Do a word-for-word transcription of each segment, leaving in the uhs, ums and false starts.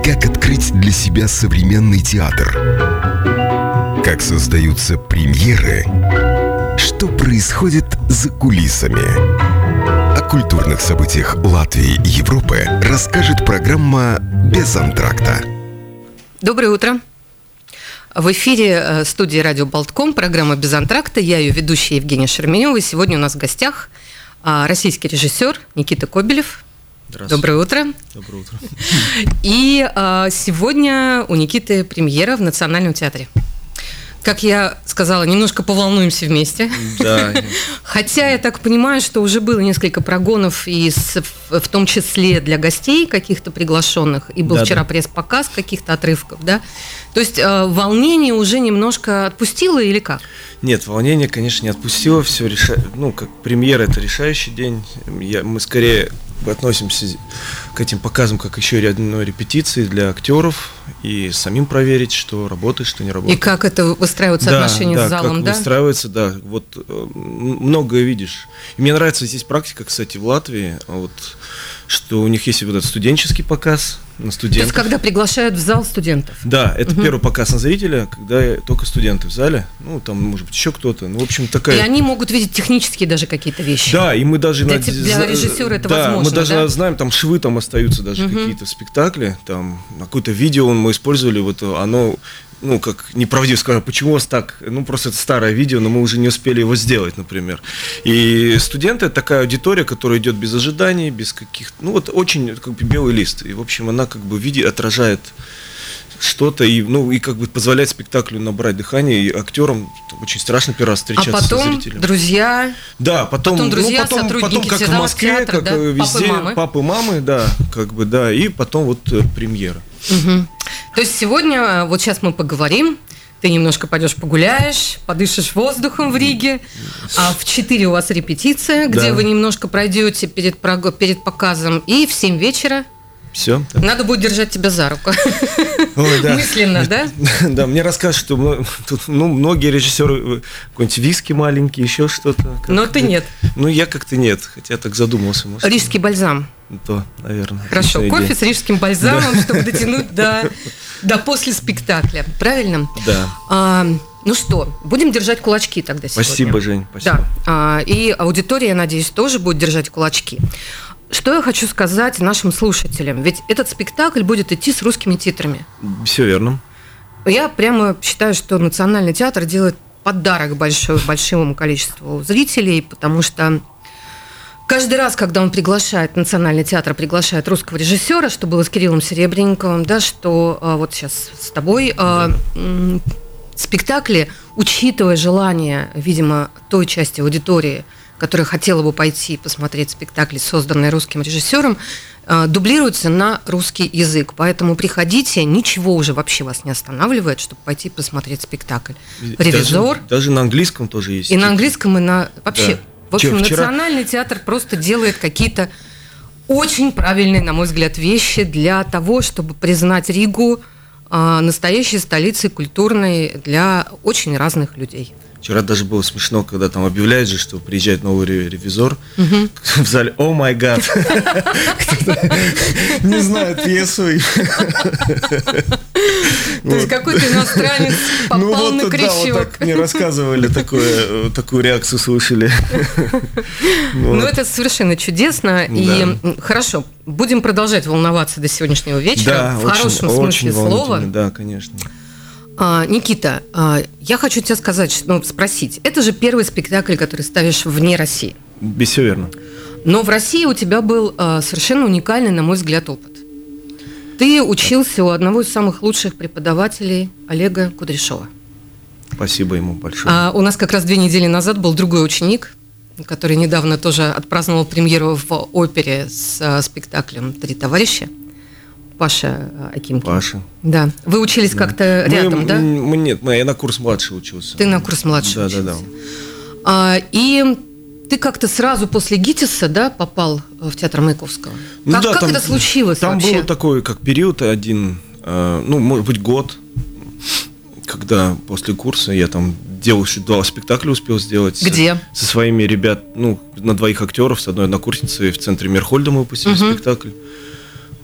Как открыть для себя современный театр? Как создаются премьеры? Что происходит за кулисами? О культурных событиях Латвии и Европы расскажет программа «Без антракта». Доброе утро. В эфире студии «Радио Болтком», программа «Без антракта». Я ее ведущая Евгения Шерменева. Сегодня у нас в гостях российский режиссер Никита Кобелев. Доброе утро. Доброе утро. И а, сегодня у Никиты премьера в Национальном театре. Как я сказала, немножко поволнуемся вместе. Да. Хотя я так понимаю, что уже было несколько прогонов, и с, в том числе для гостей каких-то приглашенных. И был да, вчера да. пресс-показ каких-то отрывков, да? То есть э, волнение уже немножко отпустило или как? Нет, волнение, конечно, не отпустило. Все реша... Ну, как премьера, это решающий день. Я... Мы скорее относимся к этим показам как еще одной репетиции для актеров и самим проверить, что работает, что не работает. И как это выстраивается да, отношения да, с залом, как да? выстраивается, да. Вот э, многое видишь. И мне нравится здесь практика, кстати, в Латвии, вот, что у них есть вот этот студенческий показ на студентов. То есть, когда приглашают в зал студентов? Да, это угу. первый показ на зрителя, когда только студенты в зале, ну, там, может быть, еще кто-то, ну, в общем, такая... И они могут видеть технические даже какие-то вещи. Да, и мы даже... Для, над... для режиссера это да, возможно, мы даже да? знаем, там швы там остаются даже угу. какие-то в спектакле, там, какое-то видео мы использовали, вот оно... Ну, как неправдиво сказать, почему у вас так? Ну, просто это старое видео, но мы уже не успели его сделать, например. И студенты — это такая аудитория, которая идет без ожиданий, без каких-то... Ну, вот очень как бы белый лист. И, в общем, она как бы видит, отражает что-то, и, ну, и как бы позволяет спектаклю набрать дыхание, и актерам очень страшно первый раз встречаться а потом со зрителем. друзья... Да, потом, потом друзья, ну, потом, сотрудники потом как в Москве, театра, как да? везде, папы-мамы. Папы-мамы, да, как бы, да, и потом вот премьера. Угу. То есть сегодня, вот сейчас мы поговорим, ты немножко пойдешь погуляешь, подышишь воздухом в Риге, а в четыре у вас репетиция, где да. вы немножко пройдете перед, перед показом, и в семь вечера все. Да. Надо будет держать тебя за руку. Ой, да. Мысленно, да? Да, мне рассказывают, что тут, ну, многие режиссеры какой-нибудь виски маленький, еще что-то. Но ты нет. Ну, я как-то нет, хотя так задумался. Может, рижский бальзам. То, наверное. Хорошо, кофе идея. С рижским бальзамом, да. чтобы дотянуть до, до после спектакля. Правильно? Да. А, ну что, будем держать кулачки тогда сегодня. Спасибо, Жень, спасибо. Да. А, и аудитория, я надеюсь, тоже будет держать кулачки. Что я хочу сказать нашим слушателям? Ведь этот спектакль будет идти с русскими титрами. Все верно. Я прямо считаю, что Национальный театр делает подарок большой, большому количеству зрителей, потому что каждый раз, когда он приглашает, Национальный театр приглашает русского режиссера, что было с Кириллом Серебренниковым, да, что а, вот сейчас с тобой, а, м- спектакли, учитывая желание, видимо, той части аудитории, которая хотела бы пойти посмотреть спектакли, созданные русским режиссером, э, дублируются на русский язык. Поэтому приходите, ничего уже вообще вас не останавливает, чтобы пойти посмотреть спектакль. «Ревизор». Даже, даже на английском тоже есть. И на английском, и на... Вообще, да. в общем, Вчера... Национальный театр просто делает какие-то очень правильные, на мой взгляд, вещи для того, чтобы признать Ригу э, настоящей столицей культурной для очень разных людей. Вчера даже было смешно, когда там объявляют же, что приезжает новый ревизор. Угу. В зале «О май гад!» Кто-то не знает пьесу. То есть какой-то иностранец попал на крючок. Мне рассказывали, такую реакцию слышали. Ну, это совершенно чудесно. И хорошо, будем продолжать волноваться до сегодняшнего вечера. В хорошем смысле слова. Да, конечно. Никита, я хочу тебя сказать, ну, спросить. Это же первый спектакль, который ставишь вне России. Все верно. Но в России у тебя был совершенно уникальный, на мой взгляд, опыт. Ты учился у одного из самых лучших преподавателей Олега Кудряшова. Спасибо ему большое. А у нас как раз две недели назад был другой ученик, который недавно тоже отпраздновал премьеру в опере с спектаклем «Три товарища». Паша Акимкин. Паша. Да. Вы учились да. как-то рядом, мы, да? Мы, нет, мы, я на курс младше учился. Ты на курс младше да, учился. Да, да, а, и ты как-то сразу после ГИТИСа, да, попал в театр Маяковского? Ну, как да, как там, это случилось там вообще? Там был такой, как период один, э, ну, может быть, год, когда после курса я там делал еще два спектакля, успел сделать. Где? Со, со своими ребят, ну, на двоих актеров, с одной однокурсницей в центре Мерхольда мы выпустили uh-huh. спектакль.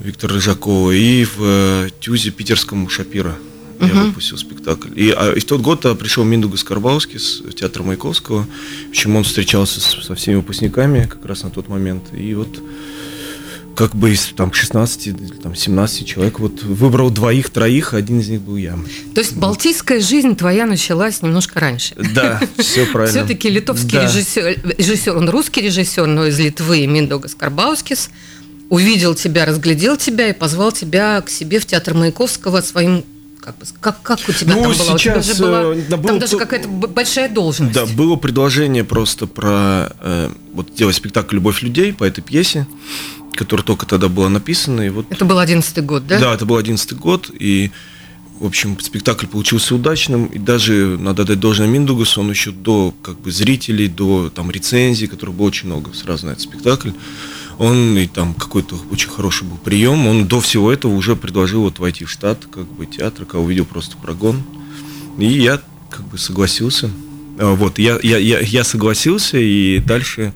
Виктора Рыжакова, и в ТЮЗе питерском Шапира я uh-huh. выпустил спектакль. И, а, и в тот год а, пришел Миндугас Карбаускис в театр Маяковского, в общем, он встречался с, со всеми выпускниками как раз на тот момент, и вот как бы из там, шестнадцати, там, семнадцати человек вот выбрал двоих-троих, один из них был я. То есть балтийская жизнь твоя началась немножко раньше. Да, все правильно. Все-таки литовский да. режиссер, режиссер, он русский режиссер, но из Литвы, Миндугас Карбаускис, увидел тебя, разглядел тебя и позвал тебя к себе в театр Маяковского своим... Как, как, как у тебя ну, там было? Сейчас, у тебя была, да, было, там даже какая-то большая должность. Да, было предложение просто про э, вот, делать спектакль «Любовь людей» по этой пьесе, которая только тогда была написана. И вот... Это был одиннадцатый год, да? Да, это был одиннадцатый год, и, в общем, спектакль получился удачным, и даже, надо дать должное Миндугасу, он еще до как бы, зрителей, до там, рецензий, которых было очень много сразу на этот спектакль, он, и там какой-то очень хороший был прием, он до всего этого уже предложил вот войти в штат как бы, театра, когда увидел просто прогон, и я как бы согласился. Вот, я, я, я, я согласился, и дальше...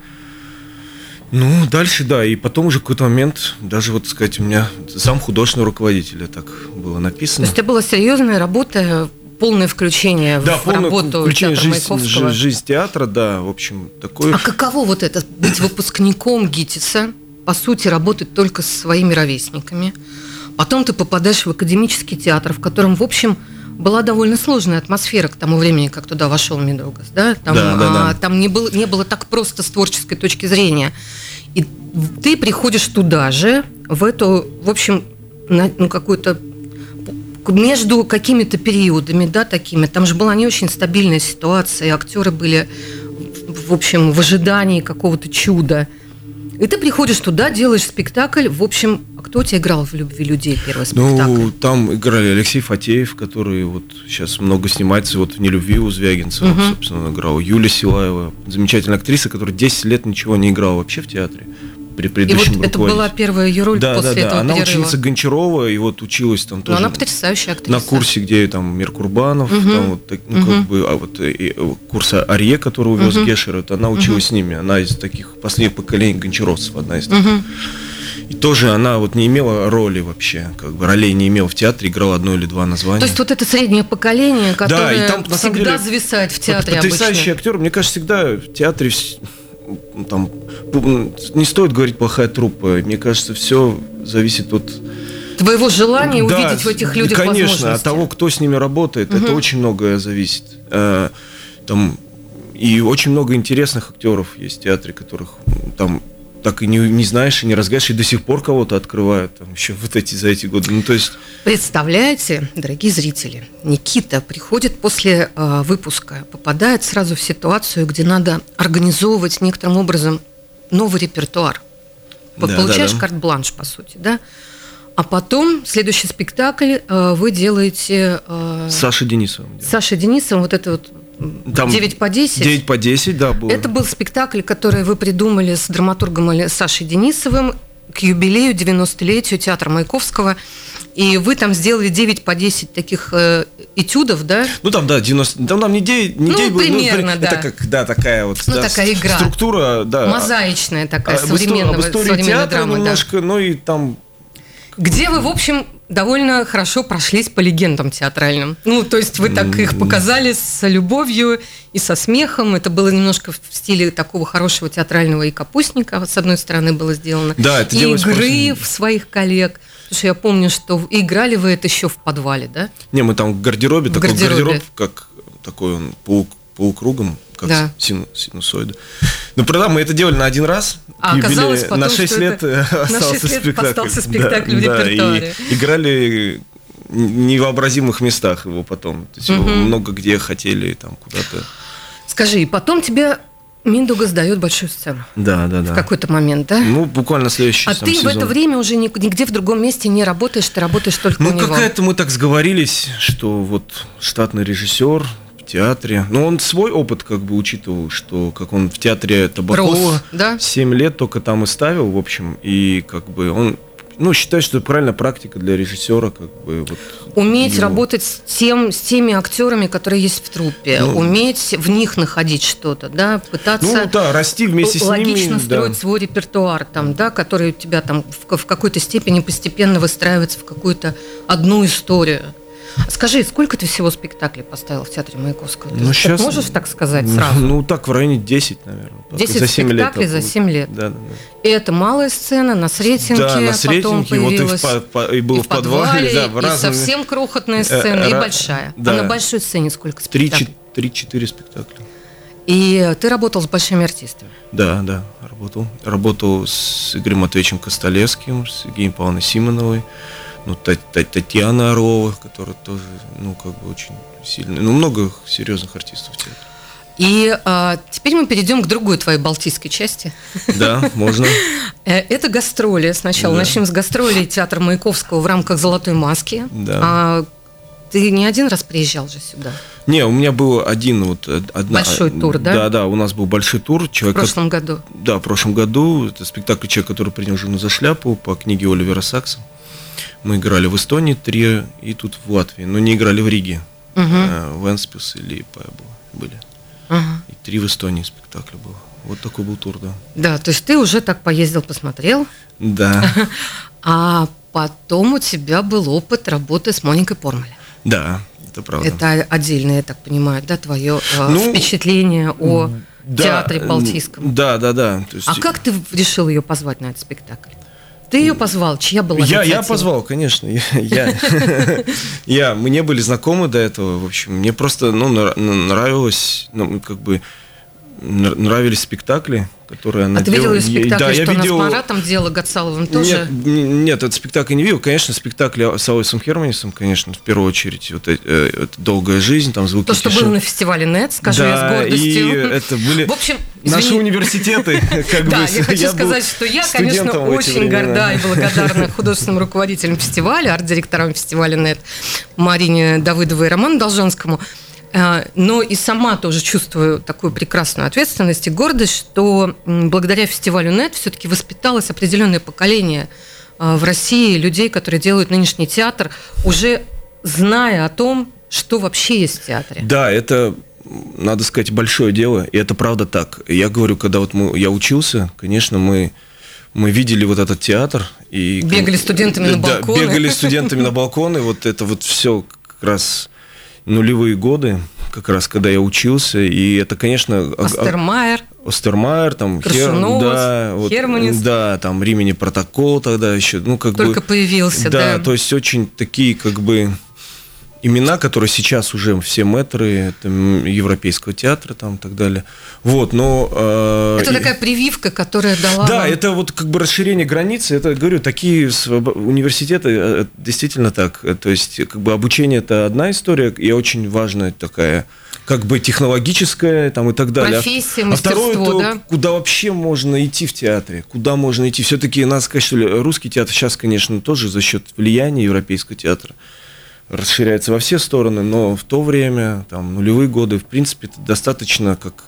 Ну, дальше, да, и потом уже в какой-то момент, даже, вот сказать, у меня зам художественного руководителя так было написано. То есть это была серьезная работа, полное включение да, в полное работу включение театра жизнь, Маяковского? Жизнь, жизнь театра, да, в общем, такое. А каково вот это, быть выпускником ГИТИСа, по сути, работать только со своими ровесниками? Потом ты попадаешь в академический театр, в котором, в общем, была довольно сложная атмосфера к тому времени, как туда вошел Миндугас, да? Там, да, да, да. А, там не, было, не было так просто с творческой точки зрения. И ты приходишь туда же, в эту, в общем, на, ну, какую-то между какими-то периодами, да, такими. Там же была не очень стабильная ситуация, и актеры были, в общем, в ожидании какого-то чуда. И ты приходишь туда, делаешь спектакль. В общем, а кто у тебя играл в «Любви людей» первый спектакль? Ну, там играли Алексей Фатеев, который вот сейчас много снимается вот в «Нелюбви» у Звягинцева, угу. собственно, он играл. Юлия Силаева, замечательная актриса, которая десять лет ничего не играла вообще в театре. При предыдущем и вот это была первая ее роль да, после да, да. этого Она перерыва. ученица Гончарова, и вот училась там тоже. Но она потрясающая актриса. На курсе, где там Мир Курбанов, угу. там вот, ну, угу. как бы, а вот и, курса Арье, который увез угу. Гешер, вот она училась угу. с ними. Она из таких последних поколений гончаровцев, одна из таких. Угу. И тоже она вот не имела роли вообще, как бы ролей не имела в театре, играла одно или два названия. То есть вот это среднее поколение, которое да, и там, всегда деле, зависает в театре вот, потрясающий обычно. актер, мне кажется, всегда в театре там, не стоит говорить плохая труппа, мне кажется, все зависит от твоего желания да, увидеть в этих людях конечно, возможности. От того, кто с ними работает, угу. это очень многое зависит. Там, и очень много интересных актеров есть в театре, которых там так и не, не знаешь, и не разгаешь, и до сих пор кого-то открывают там, еще вот эти, за эти годы. Ну, то есть... Представляете, дорогие зрители, Никита приходит после э, выпуска, попадает сразу в ситуацию, где надо организовывать некоторым образом новый репертуар. Да, Получаешь да, да. карт-бланш, по сути, да? А потом следующий спектакль э, вы делаете... Э, с Сашей Денисовым. С Сашей Денисовым, вот это вот Там девять по десять. девять по десять, да, было. Это был спектакль, который вы придумали с драматургом Сашей Денисовым к юбилею девяностолетию театра Маяковского. И вы там сделали девять по десять таких э, этюдов, да? Ну, там, да, девяносто... Там, там не девять... Не ну, девять примерно, было, да. Это как, да, такая вот... Ну, да, такая игра. Структура, да. Мозаичная такая, а, современного, об истории современной театра драмы, немножко, да. ну, и там... Где вы, в общем, довольно хорошо прошлись по легендам театральным. Ну, то есть вы так их показали с любовью и со смехом. Это было немножко в стиле такого хорошего театрального и капустника, с одной стороны, было сделано. Да, это и игры просто... в своих коллег. Потому что я помню, что играли вы это еще в подвале, да? Не, мы там в гардеробе, в такой гардеробе. гардероб, как такой он полу, полукругом, как да. сину, синусоида. Ну, правда, мы это делали на один раз. А оказалось потом, на шесть лет остался спектакль. остался спектакль да, в репертуаре. Да, и играли в невообразимых местах его потом. То есть угу. его много где хотели там куда-то. Скажи, потом тебе Миндугас дает большую сцену. Да, да, да. В какой-то момент, да? Ну, буквально следующий А сам ты сезон. в это время уже нигде в другом месте не работаешь, ты работаешь только ну, у него. Ну, какая-то мы так сговорились, что вот штатный режиссер в театре. Но он свой опыт как бы учитывал, что как он в театре Табакова Рос, да? семь лет только там и ставил, в общем, и как бы он ну, считаю, что это правильная практика для режиссера, как бы вот. Уметь его. работать с тем, с теми актерами, которые есть в труппе, ну, уметь в них находить что-то, да, пытаться. Ну да, расти вместе с ними. Логично строить да. свой репертуар, там, да, который у тебя там в, в какой-то степени постепенно выстраивается в какую-то одну историю. Скажи, сколько ты всего спектаклей поставил в театре Маяковского? Ну, ты сейчас, можешь так сказать сразу? Ну, так в районе десять, наверное. десять спектаклей за семь лет. Да, да, да. И это малая сцена на Сретенке, да, на потом Сретенке, появилась, вот и, в, по, и был и в подвале, подвале, да, в и разные... совсем крохотная сцена, э, и ра... большая. Да. А на большой сцене сколько спектаклей? Три-четыре спектакля. И ты работал с большими артистами? Да, да, работал. Работал с Игорем Матвеевичем Костолевским, с Евгенией Павловной Симоновой, ну, Татьяна Орлова, которая тоже, ну, как бы очень сильная. Ну, много серьезных артистов в театре. И а, теперь мы перейдем к другой твоей балтийской части. Да, можно. Это гастроли. Сначала да. начнем с гастролей театра Маяковского в рамках «Золотой маски». Да. А, ты не один раз приезжал же сюда? Не, у меня был один вот... Одна, большой тур, да? Да, да, у нас был большой тур. Человек, в прошлом году? Да, в прошлом году. Это спектакль «Человек, который принял жену за шляпу» по книге Оливера Сакса. Мы играли в Эстонии три и тут в Латвии, но не играли в Риге. Угу. В Энспилс или Пэбл были. Угу. И три в Эстонии спектакля было. Вот такой был тур, да. Да, то есть ты уже так поездил, посмотрел. Да. А потом у тебя был опыт работы с Моникой Пормаль. Да, это правда. Это отдельное, я так понимаю, да, твое ну, впечатление о да, театре Балтийском. Да, да, да. То есть... А как ты решил ее позвать на этот спектакль? Ты ее позвал? Чья была я, инициатива? я позвал, конечно. Я, я, я, мы не были знакомы до этого. В общем, мне просто ну, нравилось, ну, как бы нравились спектакли, которые она а ты видел делала. спектакль, да, что я она видел... с Маратом делала, Гатсаловым тоже? Нет, нет, этот спектакль не видел. Конечно, спектакль с Алойсом Херманисом, конечно, в первую очередь. Вот это, это «Долгая жизнь», там звуки То, что тишины. было на фестивале «Нет», скажу да, я с гордостью. И это были в общем, наши университеты. Как да, бы, я хочу я сказать, что я, конечно, очень горда и благодарна художественным руководителям фестиваля, арт-директорам фестиваля «Нет» Марине Давыдовой и Роману Должанскому. Но и сама тоже чувствую такую прекрасную ответственность и гордость, что благодаря фестивалю «Нет» все-таки воспиталось определенное поколение в России людей, которые делают нынешний театр, уже зная о том, что вообще есть в театре. Да, это, надо сказать, большое дело, и это правда так. Я говорю, когда вот мы, я учился, конечно, мы... Мы видели вот этот театр и бегали студентами да, на балконы. Бегали студентами на балконы. Вот это вот все как раз нулевые годы, как раз когда я учился, и это, конечно, Остермайер, Остермайер, там Крашунов, Хер, да, вот, Херманис, да, там Римини Протокол тогда еще, ну как только бы появился, да, да, то есть очень такие как бы имена, которые сейчас уже все мэтры там, европейского театра там и так далее. Вот, но... Э, это такая прививка, которая дала... Да, вам... это вот как бы расширение границы. Это, говорю, такие университеты, действительно так. То есть, как бы обучение – это одна история, и очень важная такая, как бы технологическая там, и так далее. Профессия, а мастерство, второе, это да? Куда вообще можно идти в театре? Куда можно идти? Все-таки, надо сказать, что русский театр сейчас, конечно, тоже за счет влияния европейского театра расширяется во все стороны, но в то время, там, нулевые годы, в принципе, это достаточно как...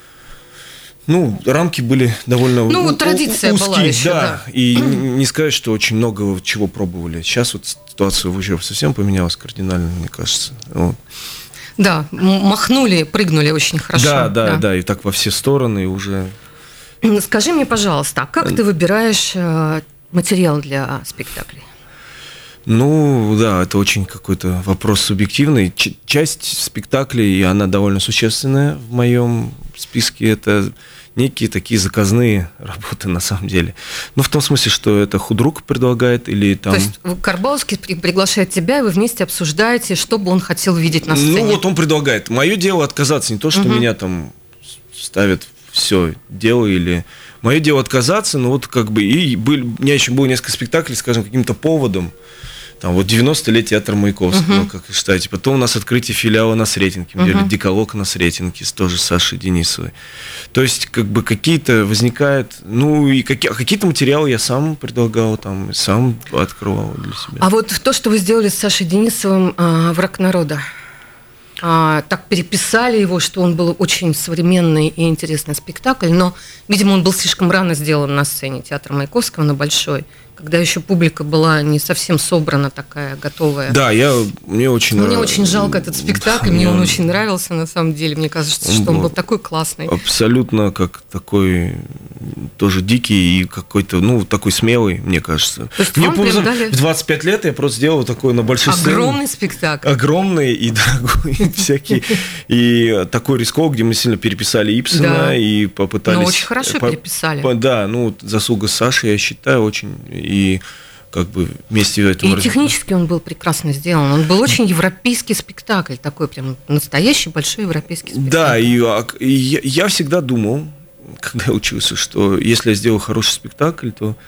Ну, рамки были довольно ну, у- традиция узкие, была еще, да. да. И не сказать, что очень много чего пробовали. Сейчас вот ситуация уже совсем поменялась кардинально, мне кажется. Вот. Да, махнули, прыгнули очень хорошо. Да, да, да, да, и так во все стороны и уже... Скажи мне, пожалуйста, а как ты выбираешь материал для спектаклей? Ну, да, это очень какой-то вопрос субъективный. Ч- часть спектаклей, и она довольно существенная в моем списке, это некие такие заказные работы на самом деле. Ну, в том смысле, что это худрук предлагает или там... То есть Карбаловский при- приглашает тебя, и вы вместе обсуждаете, что бы он хотел видеть на сцене? Ну, вот он предлагает. Мое дело отказаться, не то, что Угу. меня там ставят все дело или... Мое дело отказаться, но вот как бы... И был, у меня еще было несколько спектаклей, скажем, каким-то поводом. Там вот девяносто лет театра Маяковского, uh-huh. как вы считаете. Потом у нас открытие филиала на Сретенке. Мы uh-huh. делали «Декалог» на Сретенке, тоже с Сашей Денисовой. То есть, как бы какие-то возникают... Ну, и какие, какие-то материалы я сам предлагал, там, сам открывал для себя. А вот то, что вы сделали с Сашей Денисовым а, «Враг народа», а, так переписали его, что он был очень современный и интересный спектакль, но, видимо, он был слишком рано сделан на сцене театра Маяковского, на Большой. когда еще публика была не совсем собрана, такая готовая. Да, я, мне очень Мне очень жалко этот спектакль, да, мне он очень нравился, на самом деле. Мне кажется, что он был такой классный. Абсолютно как такой тоже дикий и какой-то, ну, такой смелый, мне кажется. То есть мне вам прям дали... В двадцать пять лет я просто сделал такой на большой сцене. Огромный спектакль. Огромный и дорогой, всякий. И такой рисковый, где мы сильно переписали Ибсена и попытались... Ну, очень хорошо переписали. Да, ну, заслуга Саши, я считаю, очень... И как бы вместе в этом... И технически он был прекрасно сделан. Он был очень европейский спектакль, такой прям настоящий большой европейский спектакль. Да, и, и я, я всегда думал, когда я учился, что если я сделаю хороший спектакль, то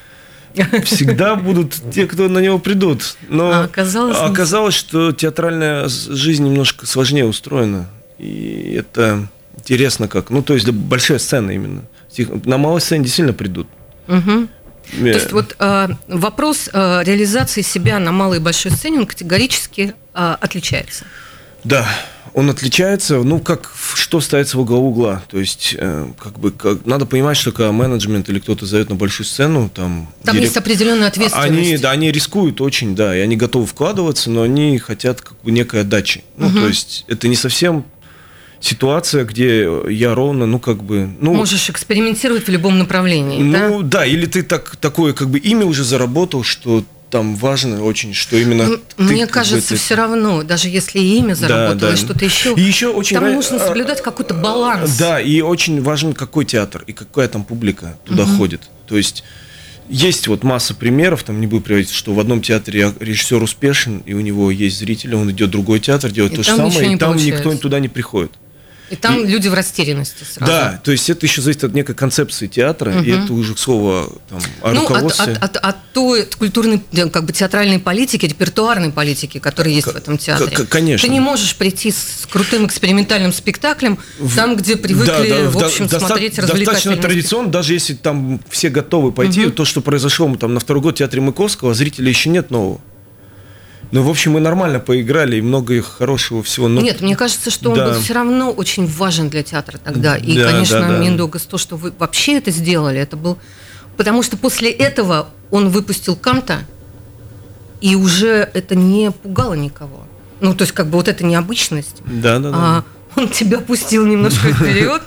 всегда будут те, кто на него придут. Но а оказалось, оказалось, что театральная жизнь немножко сложнее устроена. И это интересно как. Ну, то есть большая сцена именно. На малой сцене действительно придут. Угу. То есть вот э, вопрос э, реализации себя на малой и большой сцене, он категорически э, отличается. Да, он отличается, ну, как, что ставится во главу угла. То есть, э, как бы, как, надо понимать, что когда менеджмент или кто-то зовет на большую сцену, там... Там директ... есть определенная ответственность. Они, да, они рискуют очень, да, и они готовы вкладываться, но они хотят как бы некой отдачи. Ну, угу. То есть, это не совсем... ситуация, где я ровно, ну, как бы... Ну, можешь экспериментировать в любом направлении, ну, да? да, или ты так, такое, как бы, имя уже заработал, что там важно очень, что именно... Ну, ты, мне кажется, бы, все равно, даже если имя заработало, да, да. что-то еще, и еще очень там ра... нужно соблюдать какой-то баланс. Да, и очень важен, какой театр, и какая там публика туда угу. ходит. То есть... Есть вот масса примеров, там не буду приводить, что в одном театре режиссер успешен, и у него есть зрители, он идет в другой театр, делает и то же самое, и там получается. Никто туда не приходит. И там и, люди в растерянности сразу. Да, то есть это еще зависит от некой концепции театра, угу. и это уже к слову там, о ну, руководстве. От, от, от, от той культурной, как бы театральной политики, репертуарной политики, которая есть к- в этом театре. К- конечно. Ты не можешь прийти с крутым экспериментальным спектаклем в... там, где привыкли, да, да, в общем, до, смотреть доста- развлекательный достаточно традиционно, даже если там все готовы пойти, угу. то, что произошло там, на второй год в театре Маяковского, зрителей еще нет нового. Ну, в общем, мы нормально поиграли, и много хорошего всего. Но... Нет, мне кажется, что он да. был все равно очень важен для театра тогда. И, да, конечно, да, да. Миндогас, то, что вы вообще это сделали, это был... Потому что после этого он выпустил Канта, и уже это не пугало никого. Ну, то есть, как бы вот эта необычность. Да, да, да. А он тебя пустил немножко вперед,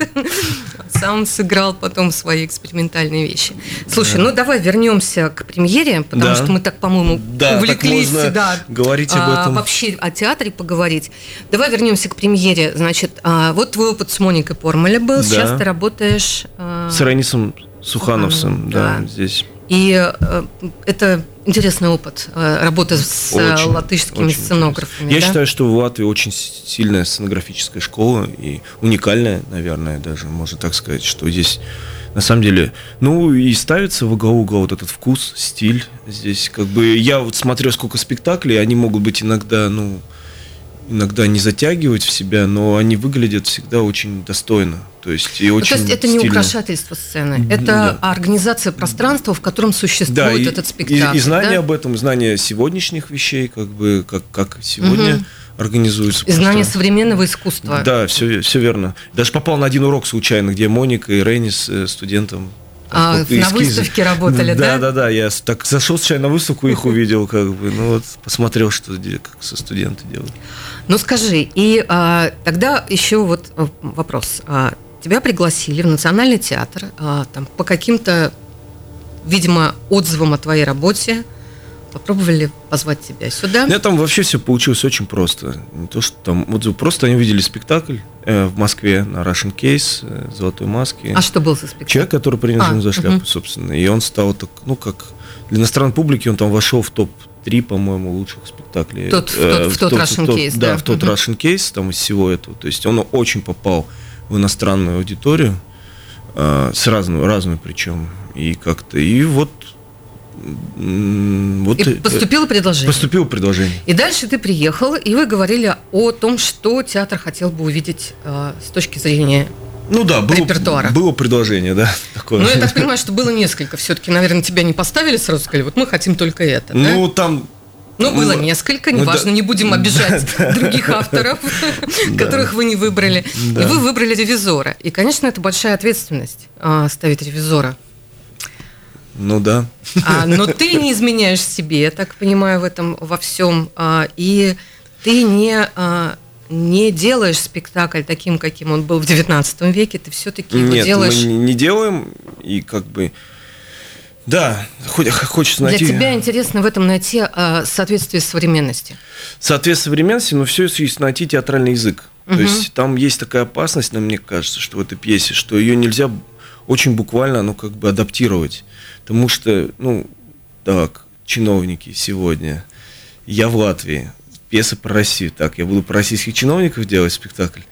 сам сыграл потом свои экспериментальные вещи. Слушай, да. ну давай вернемся к премьере, потому да. что мы так, по-моему, да, увлеклись да, говорить об этом. А, вообще о театре поговорить. Давай вернемся к премьере. Значит, а, вот твой опыт с Моникой Пормоля был. Да. Сейчас ты работаешь а... с Райнисом Сухановцем, да, да, здесь. И э, это интересный опыт, э, работа с очень, латышскими очень сценографами. Я да? считаю, что в Латвии очень сильная сценографическая школа и уникальная, наверное, даже можно так сказать, что здесь на самом деле, ну и ставится во главу угла вот этот вкус, стиль. Здесь как бы я вот смотрю, сколько спектаклей, они могут быть иногда, ну, иногда не затягивать в себя, но они выглядят всегда очень достойно. То есть, и очень ну, то есть это стильно. Не украшательство сцены, это да. организация пространства, в котором существует да, и, этот спектакль. И, и знание да? об этом, знание сегодняшних вещей, как бы как, как сегодня угу. организуется. И знание современного искусства. Да, все, все верно. Даже попал на один урок случайно, где Моника и Рейнис студентам. А, вот, на выставке работали, да? Да, да, да. Я так зашел случайно на выставку, их увидел, как бы, ну вот посмотрел, что как со студенты делают. Ну скажи, и а, тогда еще вот вопрос. А, тебя пригласили в Национальный театр а, там, по каким-то, видимо, отзывам о твоей работе. Попробовали позвать тебя сюда? Нет, там вообще все получилось очень просто. Не то, что там отзывы, просто они увидели спектакль э, в Москве на Russian Case, э, «Золотой маске». А что был за спектакль? Человек, который принял а, за шляпу, угу. собственно. И он стал так, ну, как для иностранной публики, он там вошел в топ три, по-моему, лучших спектаклей. Тот, в, тот, в, в тот Russian тот, Case, да? Да, в тот угу. Russian Case, там из всего этого. То есть он очень попал в иностранную аудиторию, э, с разную, разную причем. И как-то, и вот Вот и поступило предложение. Поступило предложение. И дальше ты приехал, и вы говорили о том, что театр хотел бы увидеть э, с точки зрения ну, да, было, репертуара. Было предложение, да. Такое. Ну, я так понимаю, что было несколько. Все-таки, наверное, тебя не поставили сразу, сказали, вот мы хотим только это. Ну, да? там... Ну, было несколько, неважно, ну, да, не будем обижать да, других да, авторов, да, которых вы не выбрали. Да. И вы выбрали ревизора. И, конечно, это большая ответственность ставить ревизора. Ну да. А, но ты не изменяешь себе, я так понимаю, в этом во всем. А, и ты не, а, не делаешь спектакль таким, каким он был в девятнадцатом веке, ты все-таки его Нет, делаешь. мы не делаем, и как бы. Да, хочется найти. Для тебя интересно в этом найти а, соответствие современности. Соответствие современности, но все есть найти театральный язык. Угу. То есть там есть такая опасность, мне кажется, что в этой пьесе, что ее нельзя очень буквально, ну, как бы адаптировать. Потому что, ну, так, чиновники сегодня, я в Латвии, пьеса про Россию, так, я буду про российских чиновников делать спектакль.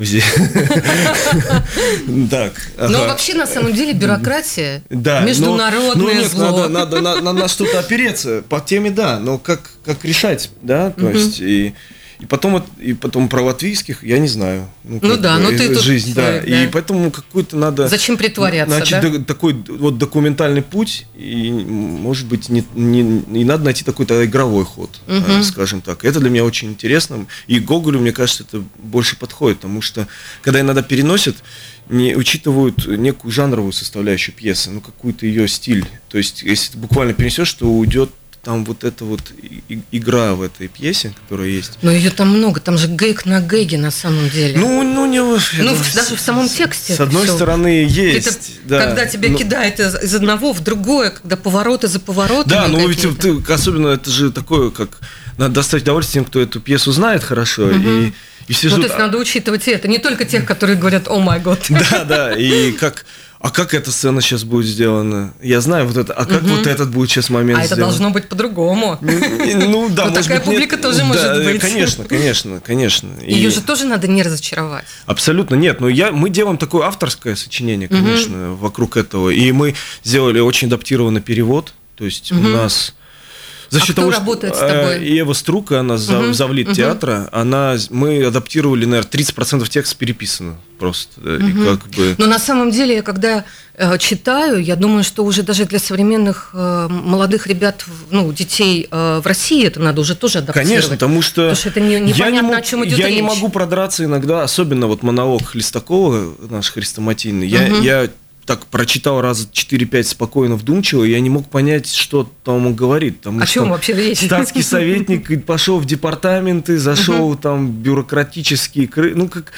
Так. Но вообще, на самом деле, бюрократия, международное зло. Надо на что-то опереться. По теме, да, но как решать, да, то есть и... И потом, и потом про латвийских, я не знаю. Ну, ну да, но ты тут жизнь, человек, да. да. И поэтому какую-то надо... Зачем притворяться, значит, да? Такой вот документальный путь, и, может быть, не, не, не надо найти такой тогда игровой ход, угу. скажем так. Это для меня очень интересно. И Гоголю, мне кажется, это больше подходит, потому что, когда иногда переносят, не учитывают некую жанровую составляющую пьесы, ну, какую-то ее стиль. То есть, если ты буквально перенесешь, то уйдет там вот эта вот игра в этой пьесе, которая есть. Но ее там много, там же гэг на гэге на самом деле. Ну, ну, не, ну даже в самом тексте. С одной стороны, есть. Это, да, когда тебя но... кидает из, из одного в другое, когда повороты за поворотами. Да, ну ведь ты, особенно это же такое, как надо достать удовольствие тем, кто эту пьесу знает хорошо. Угу. И, и все ну, ждут... то есть надо учитывать и это, не только тех, которые говорят «О май год». Да, да, и как... А как эта сцена сейчас будет сделана? Я знаю вот это. А как угу. вот этот будет сейчас момент А сделан? это должно быть по-другому. Ну да, может такая быть, публика нет. тоже да, может быть. Конечно, конечно, конечно. Ее и... же тоже надо не разочаровать. Абсолютно нет. Но я, мы делаем такое авторское сочинение, конечно, угу. вокруг этого. И мы сделали очень адаптированный перевод. То есть угу. у нас... За счет а того, кто работает что с тобой? Ева Струка, она uh-huh, завлит uh-huh. театра, она, мы адаптировали, наверное, тридцать процентов текста переписано просто. Uh-huh. И как бы... Но на самом деле, когда э, читаю, я думаю, что уже даже для современных э, молодых ребят, ну, детей э, в России это надо уже тоже адаптировать. Конечно, потому что, потому что это не, непонятно, я не мог, о чем идет я речь. не могу продраться иногда, особенно вот монолог Хлестакова, наш хрестоматийный, uh-huh. я... я так прочитал раза четыре-пять спокойно, вдумчиво, и я не мог понять, что там он говорит. О чем вообще речь? Статский советник пошел в департаменты, зашел там бюрократические... Кры... Ну, как...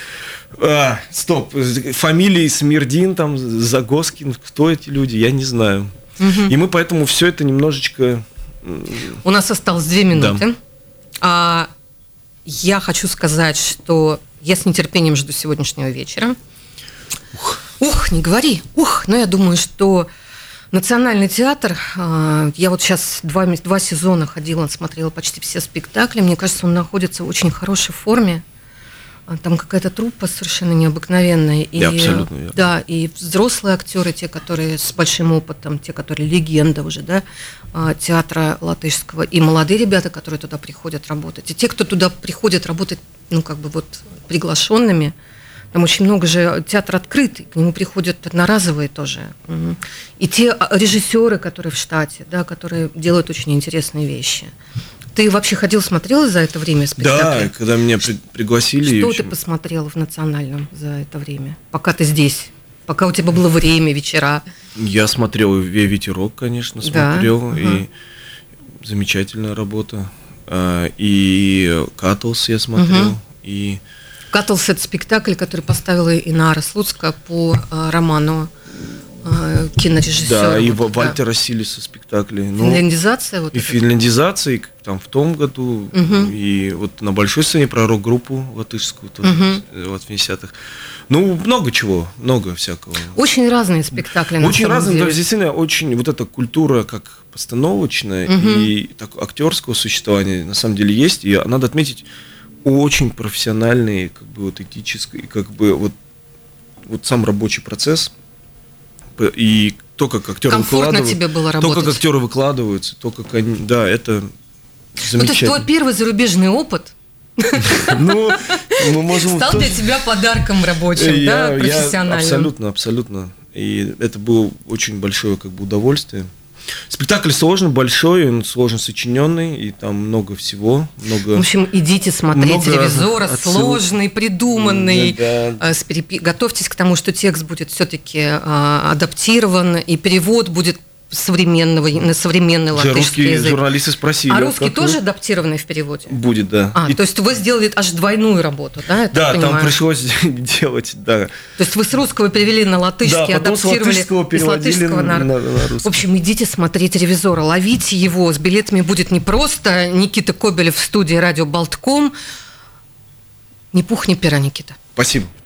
А, стоп. Фамилии Смердин, там, Загоскин. Кто эти люди? Я не знаю. Угу. И мы поэтому все это немножечко... У нас осталось две минуты. Да. А, я хочу сказать, что я с нетерпением жду сегодняшнего вечера. Ух. Ух, не говори, ух, но я думаю, что Национальный театр, я вот сейчас два, два сезона ходила, смотрела почти все спектакли, мне кажется, он находится в очень хорошей форме, там какая-то труппа совершенно необыкновенная. И, да, абсолютно верно. Да, и взрослые актеры, те, которые с большим опытом, те, которые легенда уже, да, театра латышского, и молодые ребята, которые туда приходят работать, и те, кто туда приходят работать, ну, как бы вот приглашенными. Там очень много же, театр открытый, к нему приходят одноразовые тоже. И те режиссеры, которые в штате, да, которые делают очень интересные вещи. Ты вообще ходил, смотрел за это время спектакли? Да, когда меня при- пригласили. Что очень... ты посмотрел в Национальном за это время? Пока ты здесь, пока у тебя было время, вечера. Я смотрел и «Ветерок», конечно, смотрел. Да? И угу. замечательная работа. И «Катлс» я смотрел. Угу. И... «Катлс» – это спектакль, который поставила Инара Слуцкая по э, роману э, кинорежиссера. Да, и вот, Вальтера да. Силиса спектакли. Финляндизация? Вот и финляндизация, и там в том году, угу. и вот на большой сцене про рок-группу латышскую тоже, угу. в восьмидесятых. Ну, много чего, много всякого. Очень разные спектакли, на Очень самом разные, деле. да, действительно, очень вот эта культура как постановочная угу. и так, актерского существования на самом деле есть, и надо отметить, очень профессиональный, как бы вот этический, как бы вот, вот сам рабочий процесс, и то, как актеры комфортно выкладывают, тебе было работать. то, как актеры выкладываются, то, как они, да, это замечательно. Ну, то есть твой первый зарубежный опыт ну, мы можем стал для тебя подарком рабочим, да, профессиональным. Абсолютно, абсолютно. И это было очень большое, как бы, удовольствие. Спектакль сложный, большой, он сложно сочиненный, и там много всего. Много, в общем, идите смотреть «Ревизора», сложный, придуманный. Да, да. Готовьтесь к тому, что текст будет все-таки адаптирован, и перевод будет современного, на современный латышский Русские язык. журналисты спросили. А русский как тоже вы? адаптированный в переводе? Будет, да. А, И- то есть вы сделали аж двойную работу, да? я так Да, там понимаю? пришлось делать, да. То есть вы с русского перевели на латышский, Да, потом с адаптировали латышского из переводили латышского на... на- на- на русский. В общем, идите смотреть «Ревизора», ловите его. С билетами будет непросто. Никита Кобелев в студии «Радио Болтком». Ни пух, ни пера, Никита. Спасибо.